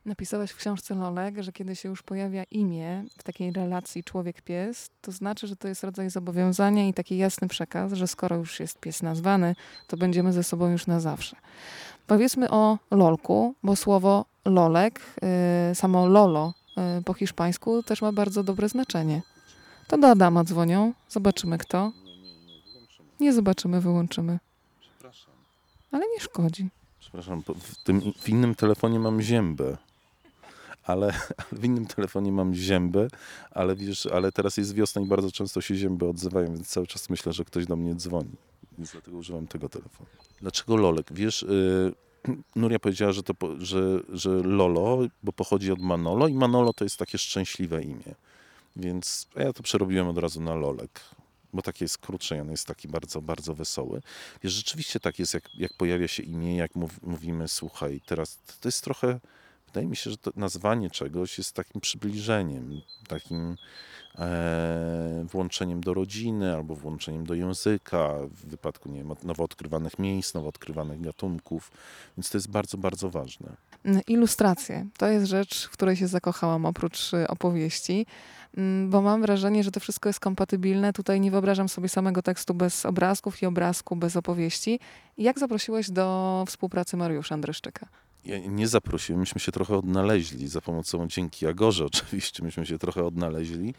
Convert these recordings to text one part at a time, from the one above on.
Napisałeś w książce Lolek, że kiedy się już pojawia imię w takiej relacji człowiek-pies, to znaczy, że to jest rodzaj zobowiązania i taki jasny przekaz, że skoro już jest pies nazwany, to będziemy ze sobą już na zawsze. Powiedzmy o Lolku, bo słowo Lolek, samo Lolo po hiszpańsku też ma bardzo dobre znaczenie. To do Adama dzwonią, zobaczymy kto. Wyłączymy. Nie zobaczymy, wyłączymy. Przepraszam. Ale nie szkodzi. Przepraszam, w innym telefonie mam ziębę. Ale w innym telefonie mam ziębę, ale wiesz, ale teraz jest wiosna i bardzo często się zięby odzywają, więc cały czas myślę, że ktoś do mnie dzwoni. Więc dlatego używam tego telefonu. Dlaczego Lolek? Wiesz, Nuria powiedziała, że Lolo, bo pochodzi od Manolo i Manolo to jest takie szczęśliwe imię. Więc ja to przerobiłem od razu na Lolek, bo takie jest krótsze i on jest taki bardzo, bardzo wesoły. Wiesz, rzeczywiście tak jest, jak pojawia się imię, jak mówimy, słuchaj, teraz to jest trochę, wydaje mi się, że to nazwanie czegoś jest takim przybliżeniem, takim włączeniem do rodziny albo włączeniem do języka, w wypadku, nie wiem, nowo odkrywanych miejsc, nowo odkrywanych gatunków, więc to jest bardzo, bardzo ważne. Ilustracje. To jest rzecz, w której się zakochałam oprócz opowieści, bo mam wrażenie, że to wszystko jest kompatybilne. Tutaj nie wyobrażam sobie samego tekstu bez obrazków i obrazku bez opowieści. Jak zaprosiłeś do współpracy Mariusza Andryszczyka? Ja nie zaprosiłem, myśmy się trochę odnaleźli za pomocą, dzięki Agorze oczywiście, myśmy się trochę odnaleźli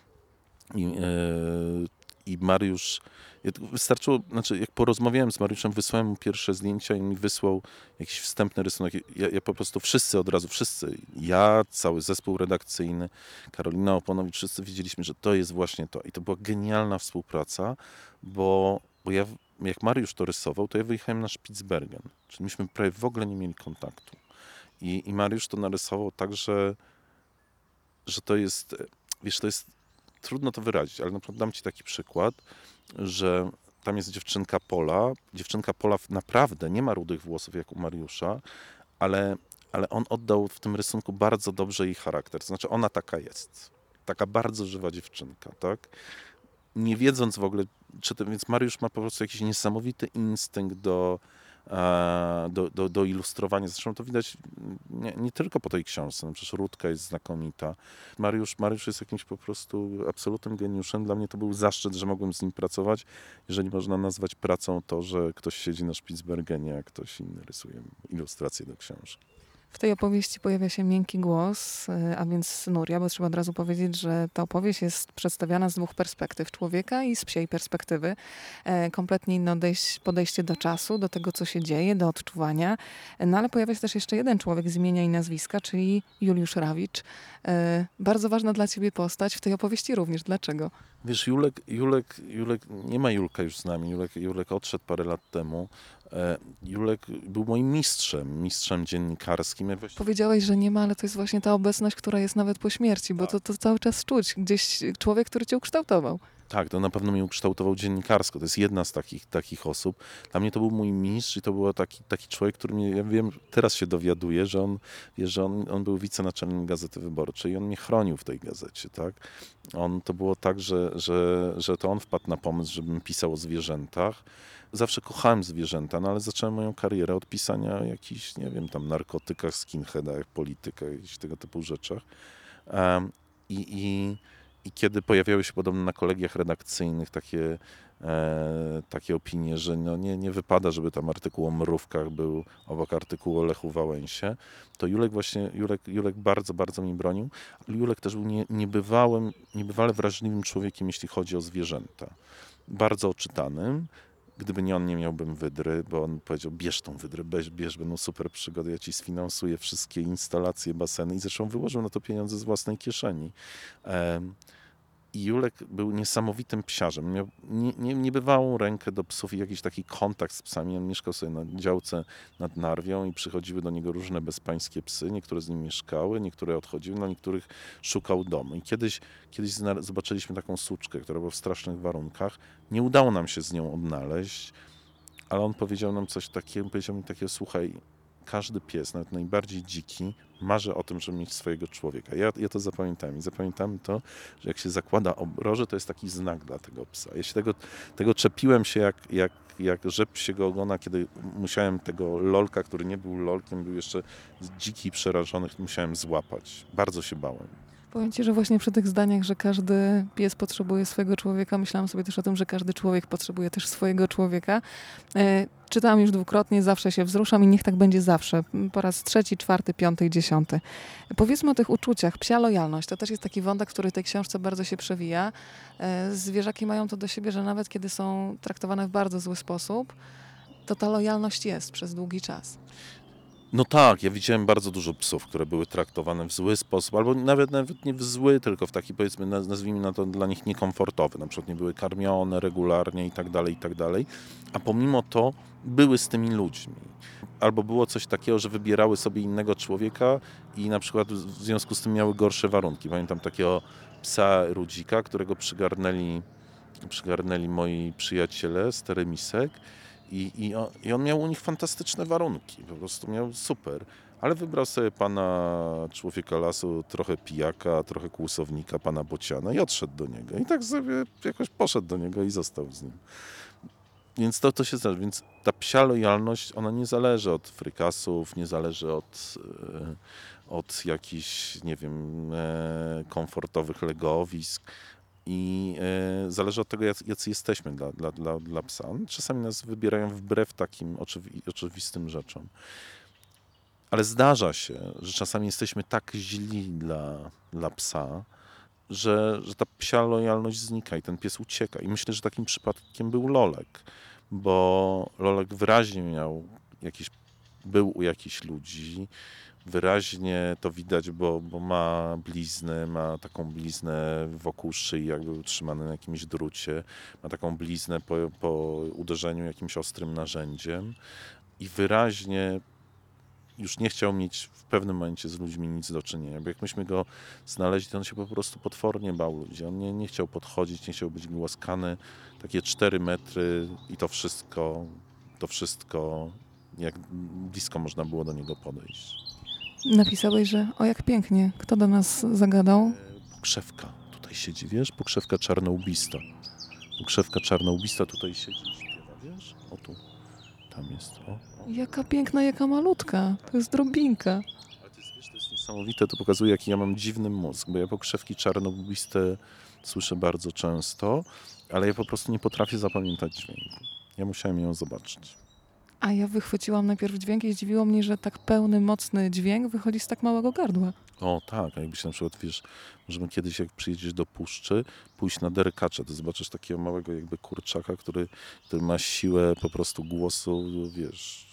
i Mariusz, wystarczyło, znaczy jak porozmawiałem z Mariuszem, wysłałem mu pierwsze zdjęcia i mi wysłał jakiś wstępny rysunek. Ja po prostu wszyscy, ja, cały zespół redakcyjny, Karolina Oponowicz, wszyscy wiedzieliśmy, że to jest właśnie to. I to była genialna współpraca, bo ja, jak Mariusz to rysował, to ja wyjechałem na Spitsbergen, czyli myśmy prawie w ogóle nie mieli kontaktu. I Mariusz to narysował tak, że to jest, wiesz, to jest trudno to wyrazić, ale na przykład dam ci taki przykład, że tam jest dziewczynka Pola. Dziewczynka Pola naprawdę nie ma rudych włosów jak u Mariusza, ale on oddał w tym rysunku bardzo dobrze jej charakter. To znaczy ona taka jest. Taka bardzo żywa dziewczynka, tak? Nie wiedząc w ogóle, więc Mariusz ma po prostu jakiś niesamowity instynkt do ilustrowania. Zresztą to widać nie tylko po tej książce. No przecież Rutka jest znakomita. Mariusz jest jakimś po prostu absolutnym geniuszem. Dla mnie to był zaszczyt, że mogłem z nim pracować. Jeżeli można nazwać pracą to, że ktoś siedzi na Spitsbergenie, a ktoś inny rysuje ilustracje do książki. W tej opowieści pojawia się miękki głos, a więc Nuria, bo trzeba od razu powiedzieć, że ta opowieść jest przedstawiana z dwóch perspektyw, człowieka i z psiej perspektywy. Kompletnie inne podejście do czasu, do tego, co się dzieje, do odczuwania. No ale pojawia się też jeszcze jeden człowiek z imienia i nazwiska, czyli Juliusz Rawicz. Bardzo ważna dla ciebie postać, w tej opowieści również. Dlaczego? Wiesz, Julek, nie ma Julka już z nami. Julek odszedł parę lat temu. Julek był moim mistrzem dziennikarskim. Powiedziałeś, że nie ma, ale to jest właśnie ta obecność, która jest nawet po śmierci, bo to cały czas czuć. Gdzieś człowiek, który cię ukształtował. Tak, to na pewno mnie ukształtował dziennikarsko. To jest jedna z takich osób. Dla mnie to był mój mistrz i to był taki człowiek, który mnie, ja wiem, teraz się dowiaduję, że on był wicenaczelnym Gazety Wyborczej i on mnie chronił w tej gazecie, tak? To było tak, że to on wpadł na pomysł, żebym pisał o zwierzętach. Zawsze kochałem zwierzęta, no ale zacząłem moją karierę od pisania jakichś, nie wiem, tam narkotykach, skinheadach, politykach, jakichś tego typu rzeczach. I kiedy pojawiały się podobno na kolegiach redakcyjnych takie opinie, że no nie wypada, żeby tam artykuł o mrówkach był obok artykułu o Lechu Wałęsie, to Julek bardzo, bardzo mi bronił. Julek też był niebywale wrażliwym człowiekiem, jeśli chodzi o zwierzęta. Bardzo oczytanym. Gdyby nie on, nie miałbym wydry, bo on powiedział, bierz tą wydrę, bierz, będą super przygody, ja ci sfinansuję wszystkie instalacje, baseny i zresztą wyłożył na to pieniądze z własnej kieszeni. I Julek był niesamowitym psiarzem. Miał niebywałą rękę do psów i jakiś taki kontakt z psami. On mieszkał sobie na działce nad Narwią i przychodziły do niego różne bezpańskie psy. Niektóre z nim mieszkały, niektóre odchodziły, na niektórych szukał domu. I kiedyś zobaczyliśmy taką suczkę, która była w strasznych warunkach. Nie udało nam się z nią odnaleźć, ale on powiedział nam coś takiego, słuchaj, każdy pies, nawet najbardziej dziki, marzy o tym, żeby mieć swojego człowieka. Ja to zapamiętałem i zapamiętałem to, że jak się zakłada obroże, to jest taki znak dla tego psa. Ja się tego czepiłem się jak rzep psiego ogona, kiedy musiałem tego lolka, który nie był lolkiem, był jeszcze dziki, przerażony, musiałem złapać. Bardzo się bałem. Powiem ci, że właśnie przy tych zdaniach, że każdy pies potrzebuje swojego człowieka, myślałam sobie też o tym, że każdy człowiek potrzebuje też swojego człowieka. Czytałam już dwukrotnie, zawsze się wzruszam i niech tak będzie zawsze. Po raz 3., 4., 5. i 10. Powiedzmy o tych uczuciach. Psia lojalność to też jest taki wątek, który w tej książce bardzo się przewija. Zwierzaki mają to do siebie, że nawet kiedy są traktowane w bardzo zły sposób, to ta lojalność jest przez długi czas. No tak, ja widziałem bardzo dużo psów, które były traktowane w zły sposób, albo nawet nie w zły, tylko w taki, powiedzmy, nazwijmy na to dla nich niekomfortowy. Na przykład nie były karmione regularnie i tak dalej, a pomimo to były z tymi ludźmi. Albo było coś takiego, że wybierały sobie innego człowieka i na przykład w związku z tym miały gorsze warunki. Pamiętam takiego psa Rudzika, którego przygarnęli moi przyjaciele z Teremisek. I on miał u nich fantastyczne warunki, po prostu miał super, ale wybrał sobie pana człowieka lasu, trochę pijaka, trochę kłusownika, pana Bociana i odszedł do niego. I tak sobie jakoś poszedł do niego i został z nim. Więc to się zdarza. Więc ta psia lojalność, ona nie zależy od frykasów, nie zależy od jakichś, nie wiem, komfortowych legowisk. I zależy od tego, jacy jesteśmy dla psa. Czasami nas wybierają wbrew takim oczywistym rzeczom. Ale zdarza się, że czasami jesteśmy tak źli dla psa, że ta psia lojalność znika i ten pies ucieka. I myślę, że takim przypadkiem był Lolek, bo Lolek wyraźnie był u jakichś ludzi. Wyraźnie to widać, bo ma bliznę, ma taką bliznę wokół szyi, jakby utrzymany na jakimś drucie. Ma taką bliznę po uderzeniu jakimś ostrym narzędziem. I wyraźnie już nie chciał mieć w pewnym momencie z ludźmi nic do czynienia. Bo jak myśmy go znaleźli, to on się po prostu potwornie bał ludzi. On nie chciał podchodzić, nie chciał być głaskany. Takie 4 metry i to wszystko, jak blisko można było do niego podejść. Napisałeś, że o jak pięknie, kto do nas zagadał? Pokrzewka tutaj siedzi, wiesz? Pokrzewka czarnołbista. Pokrzewka czarnołbista tutaj siedzi i śpiewa, wiesz? O tu, tam jest, o. Jaka piękna, jaka malutka. To jest drobinka. Ale to jest, wiesz, to jest niesamowite, to pokazuje, jaki ja mam dziwny mózg, bo ja pokrzewki czarnołbiste słyszę bardzo często, ale ja po prostu nie potrafię zapamiętać dźwięku. Ja musiałem ją zobaczyć. A ja wychwyciłam najpierw dźwięk i zdziwiło mnie, że tak pełny, mocny dźwięk wychodzi z tak małego gardła. O tak, a jakbyś na przykład, wiesz, możemy kiedyś, jak przyjedziesz do puszczy, pójść na derykacze, to zobaczysz takiego małego jakby kurczaka, który ma siłę po prostu głosu, wiesz,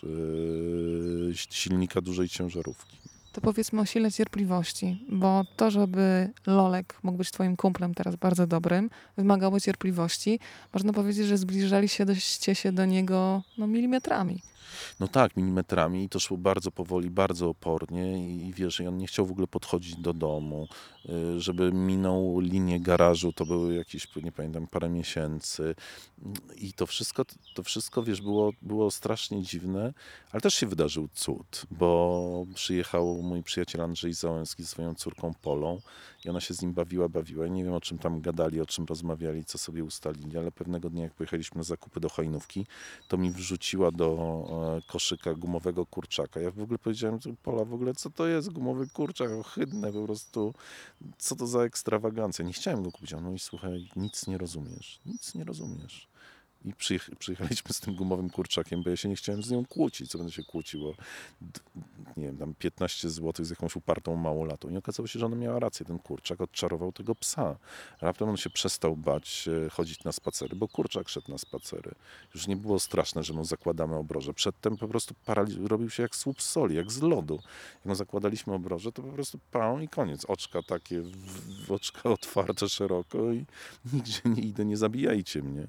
silnika dużej ciężarówki. To powiedzmy o sile cierpliwości, bo to, żeby Lolek mógł być twoim kumplem teraz bardzo dobrym, wymagało cierpliwości. Można powiedzieć, że zbliżaliście się do niego milimetrami. No tak, milimetrami i to szło bardzo powoli, bardzo opornie i wiesz, i on nie chciał w ogóle podchodzić do domu, żeby minął linię garażu, to były jakieś, nie pamiętam, parę miesięcy i to wszystko, wiesz, było strasznie dziwne, ale też się wydarzył cud, bo przyjechał mój przyjaciel Andrzej Załęski ze swoją córką Polą i ona się z nim bawiła. Ja nie wiem, o czym tam gadali, o czym rozmawiali, co sobie ustalili, ale pewnego dnia, jak pojechaliśmy na zakupy do Hojnówki, to mi wrzuciła do koszyka gumowego kurczaka. Ja w ogóle powiedziałem, Pola, w ogóle co to jest gumowy kurczak? Ohydne po prostu. Co to za ekstrawagancja? Nie chciałem go kupić. No i słuchaj, nic nie rozumiesz. I przyjechaliśmy z tym gumowym kurczakiem, bo ja się nie chciałem z nią kłócić. Co będę się kłócił? Bo, nie wiem, tam 15 zł z jakąś upartą małolatą. I okazało się, że ona miała rację. Ten kurczak odczarował tego psa. Raptem on się przestał bać chodzić na spacery, bo kurczak szedł na spacery. Już nie było straszne, że mu zakładamy obroże. Przedtem po prostu robił się jak słup soli, jak z lodu. Jak mu zakładaliśmy obroże, to po prostu pał i koniec. Oczka takie, oczka otwarte szeroko i nigdzie nie idę, nie zabijajcie mnie.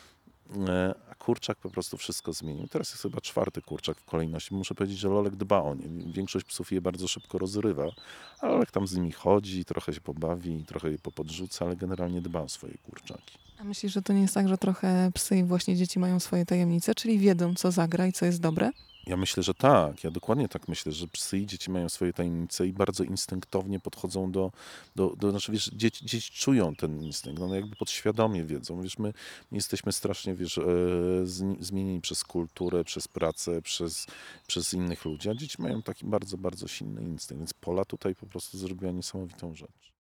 A kurczak po prostu wszystko zmienił. Teraz jest chyba 4. kurczak w kolejności. Muszę powiedzieć, że Lolek dba o nie. Większość psów je bardzo szybko rozrywa, a Lolek tam z nimi chodzi, trochę się pobawi, trochę je popodrzuca, ale generalnie dba o swoje kurczaki. A myślisz, że to nie jest tak, że trochę psy i właśnie dzieci mają swoje tajemnice, czyli wiedzą, co zagra i co jest dobre? Ja myślę, że tak. Ja dokładnie tak myślę, że psy i dzieci mają swoje tajemnice i bardzo instynktownie podchodzą znaczy wiesz, dzieci czują ten instynkt, one jakby podświadomie wiedzą. Wiesz, my jesteśmy strasznie, wiesz, zmienieni przez kulturę, przez pracę, przez innych ludzi, a dzieci mają taki bardzo, bardzo silny instynkt, więc Pola tutaj po prostu zrobiła niesamowitą rzecz.